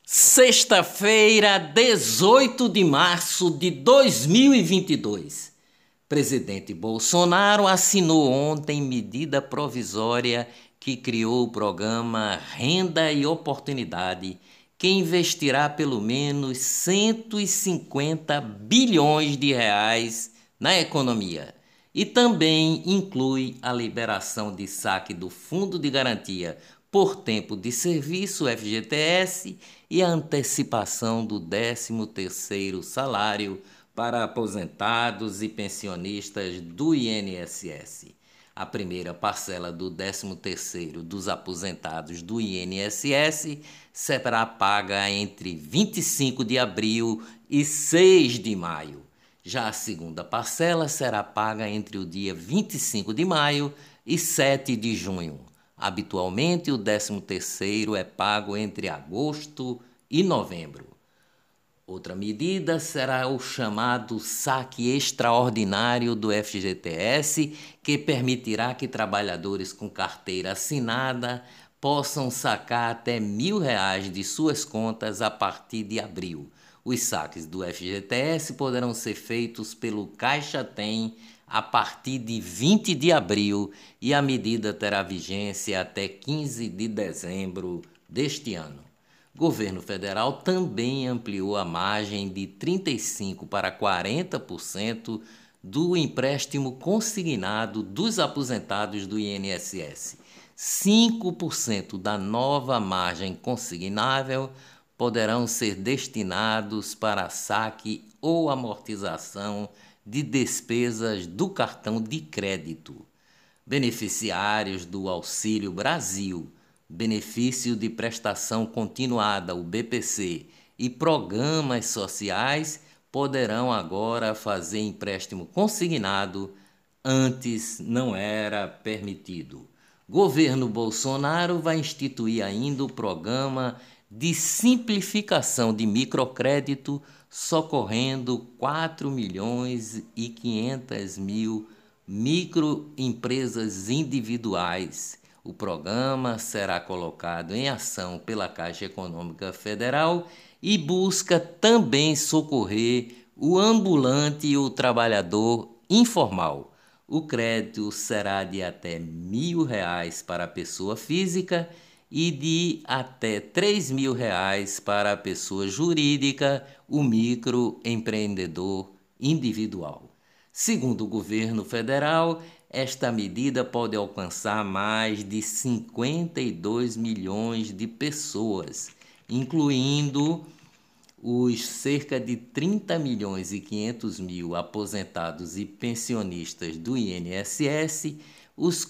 Sexta-feira, 18 de março de 2022. Presidente Bolsonaro assinou ontem medida provisória que criou o programa Renda e Oportunidade, que investirá pelo menos 150 bilhões de reais na economia. E também inclui a liberação de saque do Fundo de Garantia por Tempo de Serviço, FGTS, e a antecipação do 13º salário para aposentados e pensionistas do INSS. A primeira parcela do 13º dos aposentados do INSS será paga entre 25 de abril e 6 de maio. Já a segunda parcela será paga entre o dia 25 de maio e 7 de junho. Habitualmente, o 13º é pago entre agosto e novembro. Outra medida será o chamado saque extraordinário do FGTS, que permitirá que trabalhadores com carteira assinada possam sacar até R$ 1.000 de suas contas a partir de abril. Os saques do FGTS poderão ser feitos pelo Caixa Tem a partir de 20 de abril e a medida terá vigência até 15 de dezembro deste ano. O governo federal também ampliou a margem de 35% para 40% do empréstimo consignado dos aposentados do INSS. 5% da nova margem consignável poderão ser destinados para saque ou amortização de despesas do cartão de crédito. Beneficiários do Auxílio Brasil, Benefício de Prestação Continuada, o BPC, e programas sociais poderão agora fazer empréstimo consignado, antes não era permitido. Governo Bolsonaro vai instituir ainda o programa de simplificação de microcrédito, socorrendo 4.500.000 microempresas individuais. O programa será colocado em ação pela Caixa Econômica Federal e busca também socorrer o ambulante e o trabalhador informal. O crédito será de até R$ 1.000 para a pessoa física e de até R$ 3.000 para a pessoa jurídica, o microempreendedor individual. Segundo o governo federal, esta medida pode alcançar mais de 52 milhões de pessoas, incluindo os cerca de 30.500.000 aposentados e pensionistas do INSS, os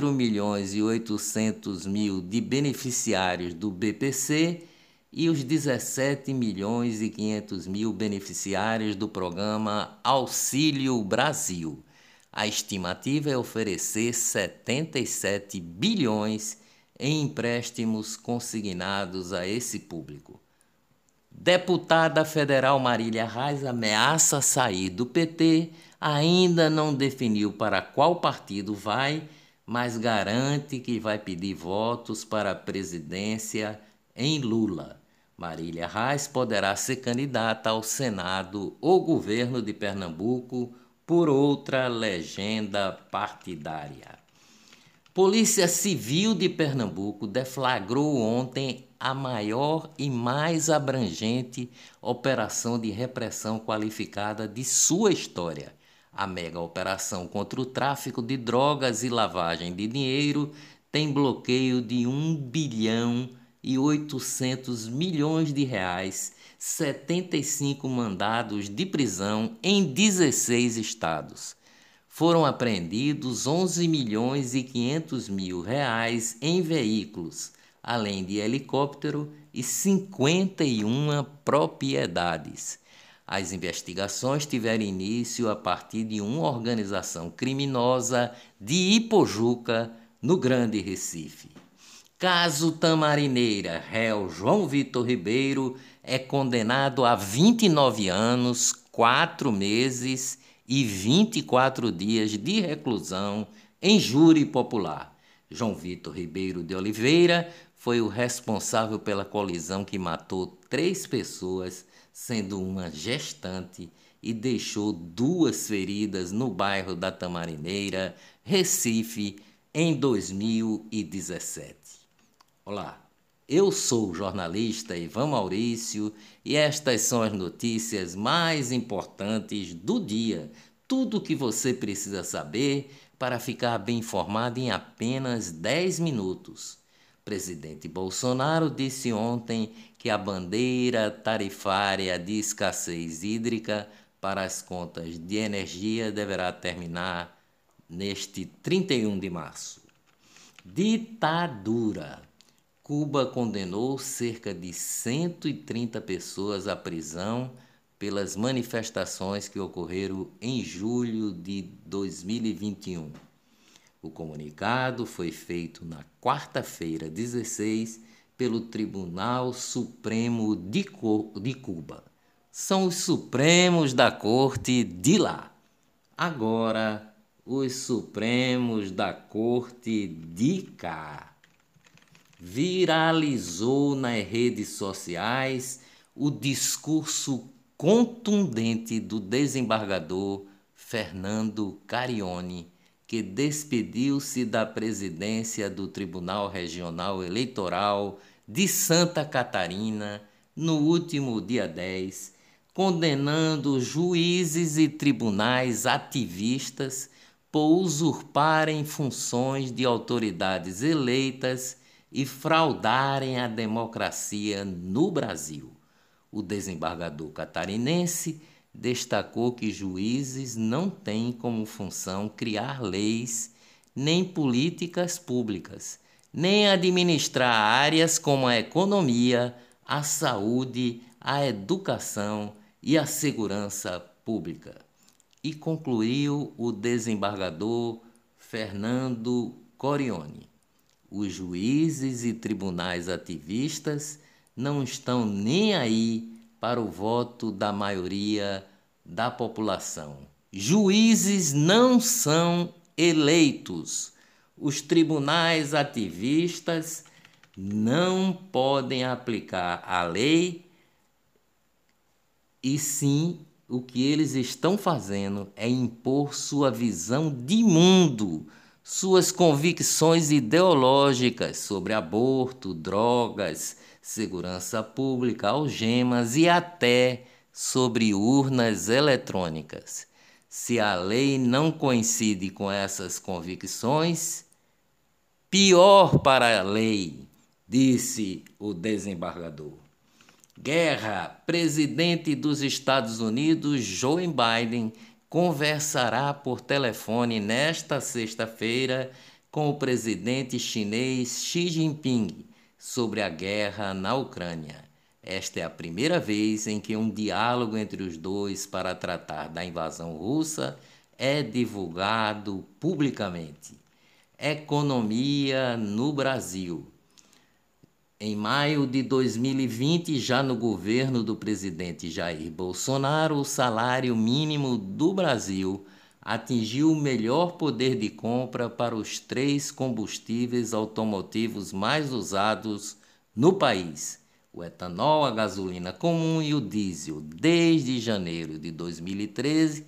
4.800.000 de beneficiários do BPC e os 17.500.000 beneficiários do programa Auxílio Brasil. A estimativa é oferecer 77 bilhões em empréstimos consignados a esse público. Deputada federal Marília Reis ameaça sair do PT, ainda não definiu para qual partido vai, mas garante que vai pedir votos para a presidência em Lula. Marília Reis poderá ser candidata ao Senado ou governo de Pernambuco por outra legenda partidária. Polícia Civil de Pernambuco deflagrou ontem a maior e mais abrangente operação de repressão qualificada de sua história. A mega operação contra o tráfico de drogas e lavagem de dinheiro tem bloqueio de R$ 1.800.000.000, 75 mandados de prisão em 16 estados. Foram apreendidos R$ 11.500.000 em veículos, além de helicóptero e 51 propriedades. As investigações tiveram início a partir de uma organização criminosa de Ipojuca, no Grande Recife. Caso Tamarineira, réu João Vitor Ribeiro é condenado a 29 anos, 4 meses e 24 dias de reclusão em júri popular. João Vitor Ribeiro de Oliveira foi o responsável pela colisão que matou 3 pessoas, sendo uma gestante, e deixou 2 feridas no bairro da Tamarineira, Recife, em 2017. Olá, eu sou o jornalista Ivan Maurício e estas são as notícias mais importantes do dia. Tudo o que você precisa saber para ficar bem informado em apenas 10 minutos. Presidente Bolsonaro disse ontem que a bandeira tarifária de escassez hídrica para as contas de energia deverá terminar neste 31 de março. Ditadura. Cuba condenou cerca de 130 pessoas à prisão pelas manifestações que ocorreram em julho de 2021. O comunicado foi feito na quarta-feira, 16, pelo Tribunal Supremo de Cuba. São os Supremos da Corte de lá. Agora, os Supremos da Corte de cá. Viralizou nas redes sociais o discurso contundente do desembargador Fernando Carione, que despediu-se da presidência do Tribunal Regional Eleitoral de Santa Catarina no último dia 10, condenando juízes e tribunais ativistas por usurparem funções de autoridades eleitas e fraudarem a democracia no Brasil. O desembargador catarinense destacou que juízes não têm como função criar leis, nem políticas públicas, nem administrar áreas como a economia, a saúde, a educação e a segurança pública. E concluiu o desembargador Fernando Carione: os juízes e tribunais ativistas não estão nem aí para o voto da maioria da população. Juízes não são eleitos. Os tribunais ativistas não podem aplicar a lei, e sim o que eles estão fazendo é impor sua visão de mundo, suas convicções ideológicas sobre aborto, drogas, segurança pública, algemas e até sobre urnas eletrônicas. Se a lei não coincide com essas convicções, pior para a lei, disse o desembargador. Guerra. Presidente dos Estados Unidos, Joe Biden, conversará por telefone nesta sexta-feira com o presidente chinês Xi Jinping sobre a guerra na Ucrânia. Esta é a primeira vez em que um diálogo entre os dois para tratar da invasão russa é divulgado publicamente. Economia no Brasil. Em maio de 2020, já no governo do presidente Jair Bolsonaro, o salário mínimo do Brasil atingiu o melhor poder de compra para os 3 combustíveis automotivos mais usados no país: o etanol, a gasolina comum e o diesel. Desde janeiro de 2013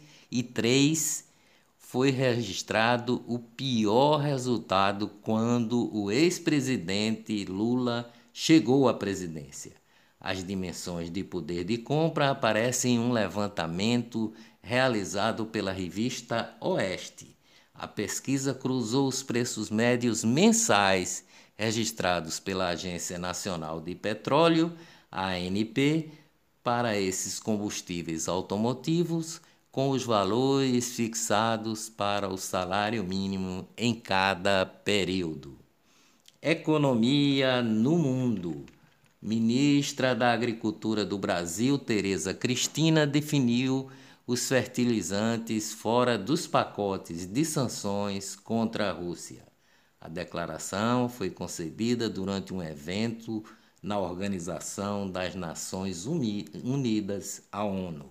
foi registrado o pior resultado quando o ex-presidente Lula chegou à presidência. As dimensões de poder de compra aparecem em um levantamento realizado pela revista Oeste. A pesquisa cruzou os preços médios mensais registrados pela Agência Nacional de Petróleo, ANP, para esses combustíveis automotivos, com os valores fixados para o salário mínimo em cada período. Economia no mundo. Ministra da Agricultura do Brasil, Tereza Cristina, definiu os fertilizantes fora dos pacotes de sanções contra a Rússia. A declaração foi concedida durante um evento na Organização das Nações Unidas, a ONU.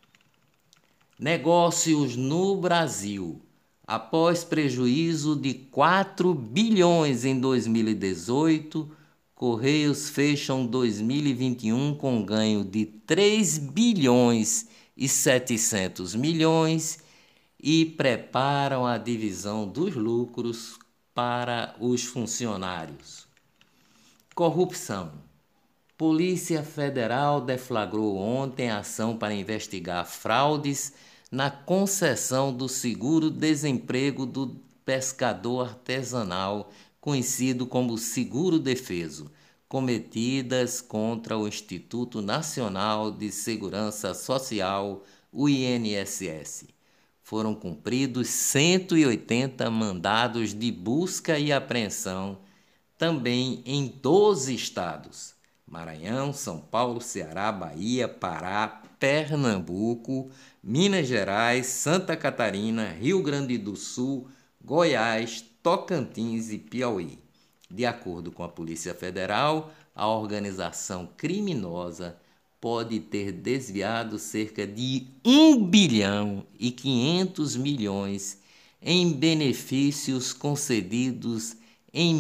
Negócios no Brasil. Após prejuízo de 4 bilhões em 2018, Correios fecham 2021 com ganho de 3 bilhões e 700 milhões e preparam a divisão dos lucros para os funcionários. Corrupção. Polícia Federal deflagrou ontem ação para investigar fraudes na concessão do seguro-desemprego do pescador artesanal, conhecido como seguro-defeso, cometidas contra o Instituto Nacional de Segurança Social, o INSS. Foram cumpridos 180 mandados de busca e apreensão, também em 12 estados: Maranhão, São Paulo, Ceará, Bahia, Pará, Pernambuco, Minas Gerais, Santa Catarina, Rio Grande do Sul, Goiás, Tocantins e Piauí. De acordo com a Polícia Federal, a organização criminosa pode ter desviado cerca de 1 bilhão e 500 milhões em benefícios concedidos em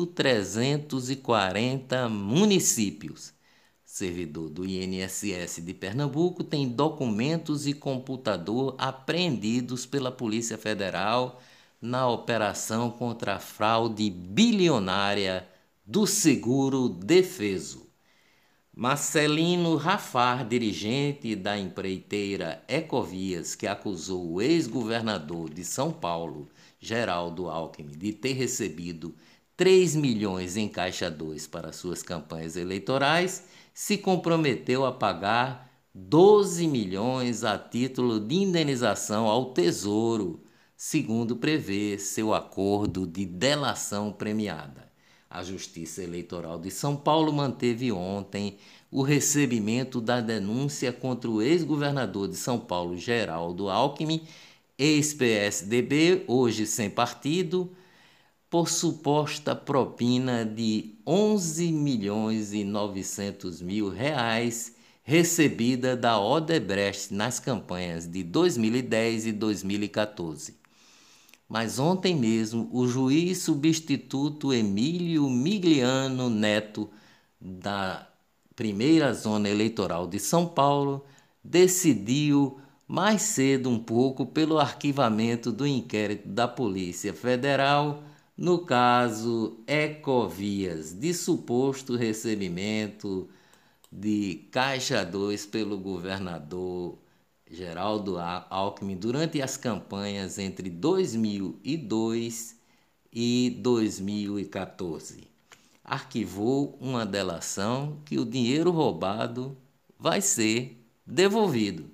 1.340 municípios. Servidor do INSS de Pernambuco tem documentos e computador apreendidos pela Polícia Federal na operação contra a fraude bilionária do seguro defeso. Marcelino Rafar, dirigente da empreiteira Ecovias, que acusou o ex-governador de São Paulo, Geraldo Alckmin, de ter recebido 3 milhões em Caixa 2 para suas campanhas eleitorais, se comprometeu a pagar 12 milhões a título de indenização ao Tesouro, segundo prevê seu acordo de delação premiada. A Justiça Eleitoral de São Paulo manteve ontem o recebimento da denúncia contra o ex-governador de São Paulo, Geraldo Alckmin, ex-PSDB, hoje sem partido, por suposta propina de 11 milhões e 900 mil reais recebida da Odebrecht nas campanhas de 2010 e 2014. Mas ontem mesmo, o juiz substituto Emílio Migliano Neto, da primeira zona eleitoral de São Paulo, decidiu mais cedo um pouco pelo arquivamento do inquérito da Polícia Federal no caso Ecovias, de suposto recebimento de Caixa 2 pelo governador Geraldo Alckmin durante as campanhas entre 2002 e 2014. Arquivou uma delação que o dinheiro roubado vai ser devolvido.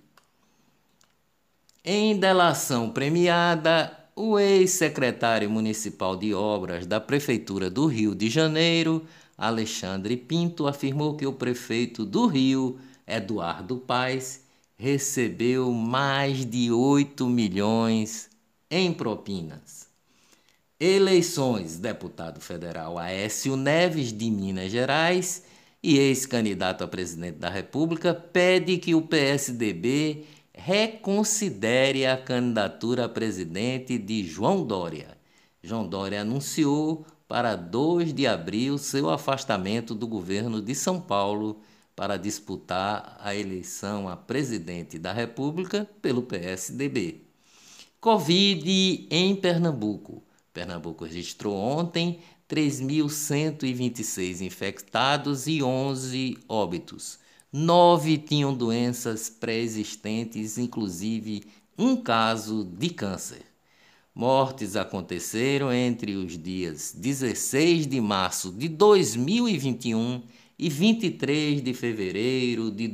Em delação premiada, o ex-secretário municipal de obras da Prefeitura do Rio de Janeiro, Alexandre Pinto, afirmou que o prefeito do Rio, Eduardo Paes, recebeu mais de 8 milhões em propinas. Eleições: deputado federal Aécio Neves, de Minas Gerais, e ex-candidato a presidente da República, pede que o PSDB reconsidere a candidatura a presidente de João Dória. João Dória anunciou para 2 de abril seu afastamento do governo de São Paulo para disputar a eleição a presidente da República pelo PSDB. Covid em Pernambuco. Pernambuco registrou ontem 3.126 infectados e 11 óbitos. 9 tinham doenças pré-existentes, inclusive um caso de câncer. Mortes aconteceram entre os dias 16 de março de 2021 e 23 de fevereiro de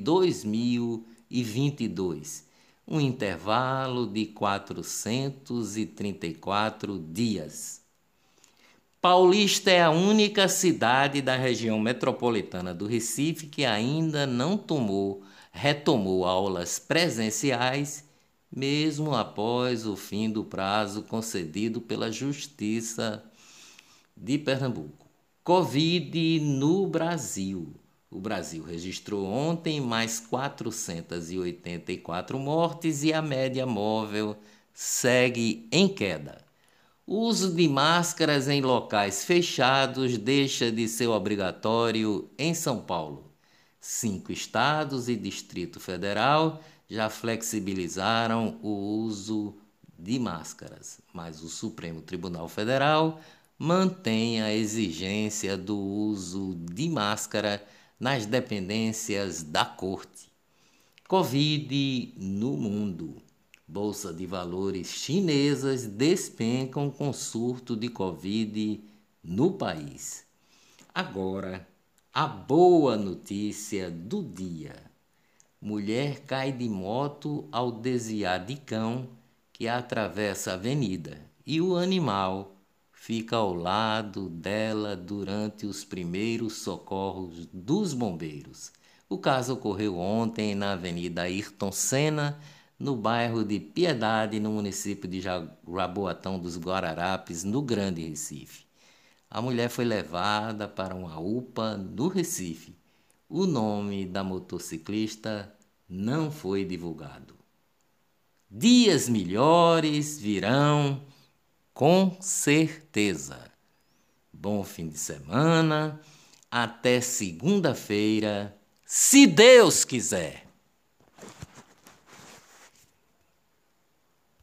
2022, um intervalo de 434 dias. Paulista é a única cidade da região metropolitana do Recife que ainda não retomou aulas presenciais, mesmo após o fim do prazo concedido pela Justiça de Pernambuco. Covid no Brasil. O Brasil registrou ontem mais 484 mortes e a média móvel segue em queda. O uso de máscaras em locais fechados deixa de ser obrigatório em São Paulo. 5 estados e Distrito Federal já flexibilizaram o uso de máscaras, mas o Supremo Tribunal Federal mantém a exigência do uso de máscara nas dependências da Corte. Covid no mundo. Bolsa de valores chinesas despencam com surto de Covid no país. Agora, a boa notícia do dia. Mulher cai de moto ao desviar de cão que atravessa a avenida e o animal fica ao lado dela durante os primeiros socorros dos bombeiros. O caso ocorreu ontem na Avenida Ayrton Senna, no bairro de Piedade, no município de Jaboatão dos Guararapes, no Grande Recife. A mulher foi levada para uma UPA no Recife. O nome da motociclista não foi divulgado. Dias melhores virão, com certeza. Bom fim de semana, até segunda-feira, se Deus quiser.